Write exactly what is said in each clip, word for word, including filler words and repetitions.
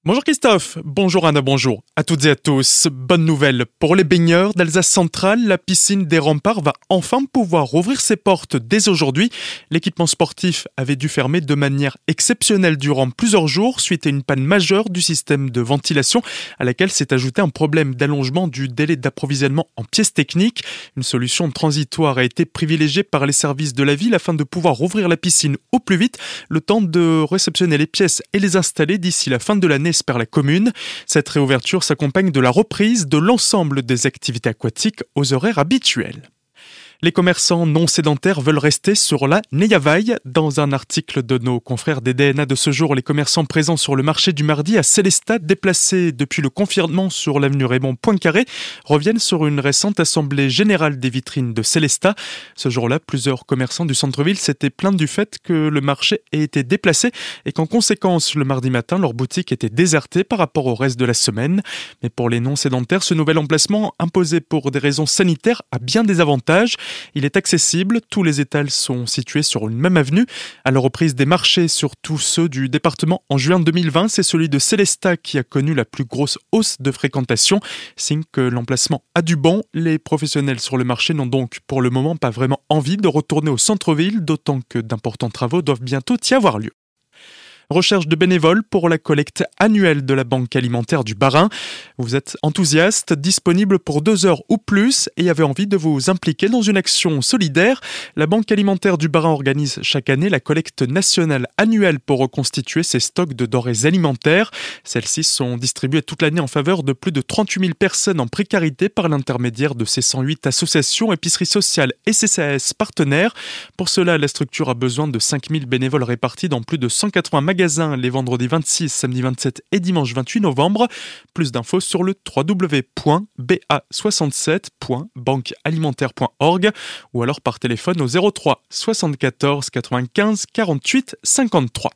Bonjour Christophe, bonjour Anna, bonjour à toutes et à tous. Bonne nouvelle pour les baigneurs d'Alsace centrale, la piscine des Remparts va enfin pouvoir rouvrir ses portes dès aujourd'hui. L'équipement sportif avait dû fermer de manière exceptionnelle durant plusieurs jours suite à une panne majeure du système de ventilation à laquelle s'est ajouté un problème d'allongement du délai d'approvisionnement en pièces techniques. Une solution transitoire a été privilégiée par les services de la ville afin de pouvoir rouvrir la piscine au plus vite, le temps de réceptionner les pièces et les installer d'ici la fin de l'année, espère la commune. Cette réouverture s'accompagne de la reprise de l'ensemble des activités aquatiques aux horaires habituels. Les commerçants non sédentaires veulent rester sur la Neijavaille. Dans un article de nos confrères des D N A de ce jour, les commerçants présents sur le marché du mardi à Sélestat, déplacés depuis le confinement sur l'avenue Raymond Poincaré, reviennent sur une récente assemblée générale des vitrines de Sélestat. Ce jour-là, plusieurs commerçants du centre-ville s'étaient plaints du fait que le marché ait été déplacé et qu'en conséquence, le mardi matin, leur boutique était désertée par rapport au reste de la semaine. Mais pour les non sédentaires, ce nouvel emplacement, imposé pour des raisons sanitaires, a bien des avantages. Il est accessible, tous les étals sont situés sur une même avenue. À la reprise des marchés, surtout ceux du département en juin deux mille vingt, c'est celui de Sélestat qui a connu la plus grosse hausse de fréquentation. Signe que l'emplacement a du bon. Les professionnels sur le marché n'ont donc pour le moment pas vraiment envie de retourner au centre-ville, d'autant que d'importants travaux doivent bientôt y avoir lieu. Recherche de bénévoles pour la collecte annuelle de la Banque alimentaire du Bas-Rhin. Vous êtes enthousiaste, disponible pour deux heures ou plus et avez envie de vous impliquer dans une action solidaire. La Banque alimentaire du Bas-Rhin organise chaque année la collecte nationale annuelle pour reconstituer ses stocks de denrées alimentaires. Celles-ci sont distribuées toute l'année en faveur de plus de trente-huit mille personnes en précarité par l'intermédiaire de ses cent huit associations, épiceries sociales et C C A S partenaires. Pour cela, la structure a besoin de cinq mille bénévoles répartis dans plus de cent quatre-vingts magasins les vendredis vingt-six, samedi vingt-sept et dimanche vingt-huit novembre. Plus d'infos sur le w w w point b a soixante-sept point banque alimentaire point org ou alors par téléphone au zéro trois soixante-quatorze quatre-vingt-quinze quarante-huit cinquante-trois.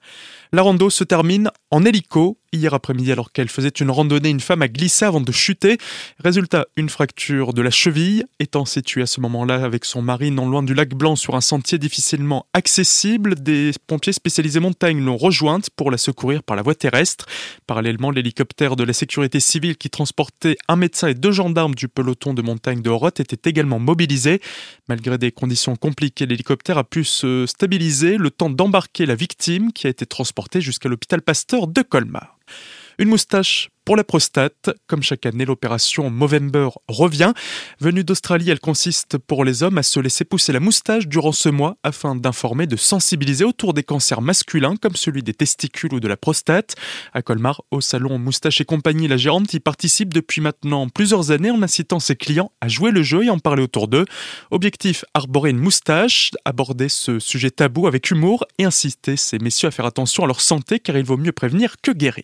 La rando se termine en hélico. Hier après-midi, alors qu'elle faisait une randonnée, une femme a glissé avant de chuter. Résultat, une fracture de la cheville. Étant située à ce moment-là avec son mari non loin du lac Blanc sur un sentier difficilement accessible, des pompiers spécialisés montagne l'ont rejointe pour la secourir par la voie terrestre. Parallèlement, l'hélicoptère de la sécurité civile qui transportait un médecin et deux gendarmes du peloton de montagne de Orotte était également mobilisé. Malgré des conditions compliquées, l'hélicoptère a pu se stabiliser le temps d'embarquer la victime qui a été transportée jusqu'à l'hôpital Pasteur de Colmar. Une moustache pour la prostate. Comme chaque année, l'opération Movember revient. Venue d'Australie, elle consiste pour les hommes à se laisser pousser la moustache durant ce mois afin d'informer, de sensibiliser autour des cancers masculins comme celui des testicules ou de la prostate. À Colmar, au salon Moustache et compagnie, la gérante y participe depuis maintenant plusieurs années en incitant ses clients à jouer le jeu et en parler autour d'eux. Objectif, arborer une moustache, aborder ce sujet tabou avec humour et inciter ces messieurs à faire attention à leur santé car il vaut mieux prévenir que guérir.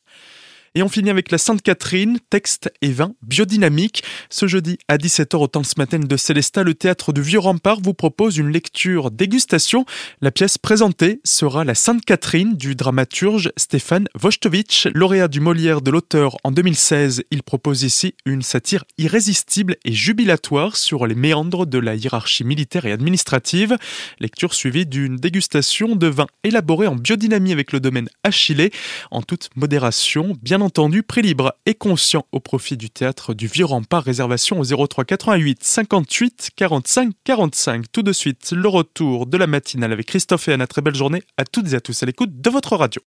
Et on finit avec la Sainte-Catherine, texte et vin biodynamique. Ce jeudi à dix-sept heures au temps ce matin de Sélestat, le théâtre du Vieux Rempart vous propose une lecture dégustation. La pièce présentée sera la Sainte-Catherine du dramaturge Stéphane Wojtowicz, lauréat du Molière de l'auteur en deux mille seize. Il propose ici une satire irrésistible et jubilatoire sur les méandres de la hiérarchie militaire et administrative. Lecture suivie d'une dégustation de vin élaboré en biodynamie avec le domaine Achillée, en toute modération, bien entendu, prix libre et conscient au profit du théâtre du Vieux Rempart. Réservation au zéro trois quatre-vingt-huit cinquante-huit quarante-cinq quarante-cinq. Tout de suite, le retour de la matinale avec Christophe et Anna. Très belle journée à toutes et à tous à l'écoute de votre radio.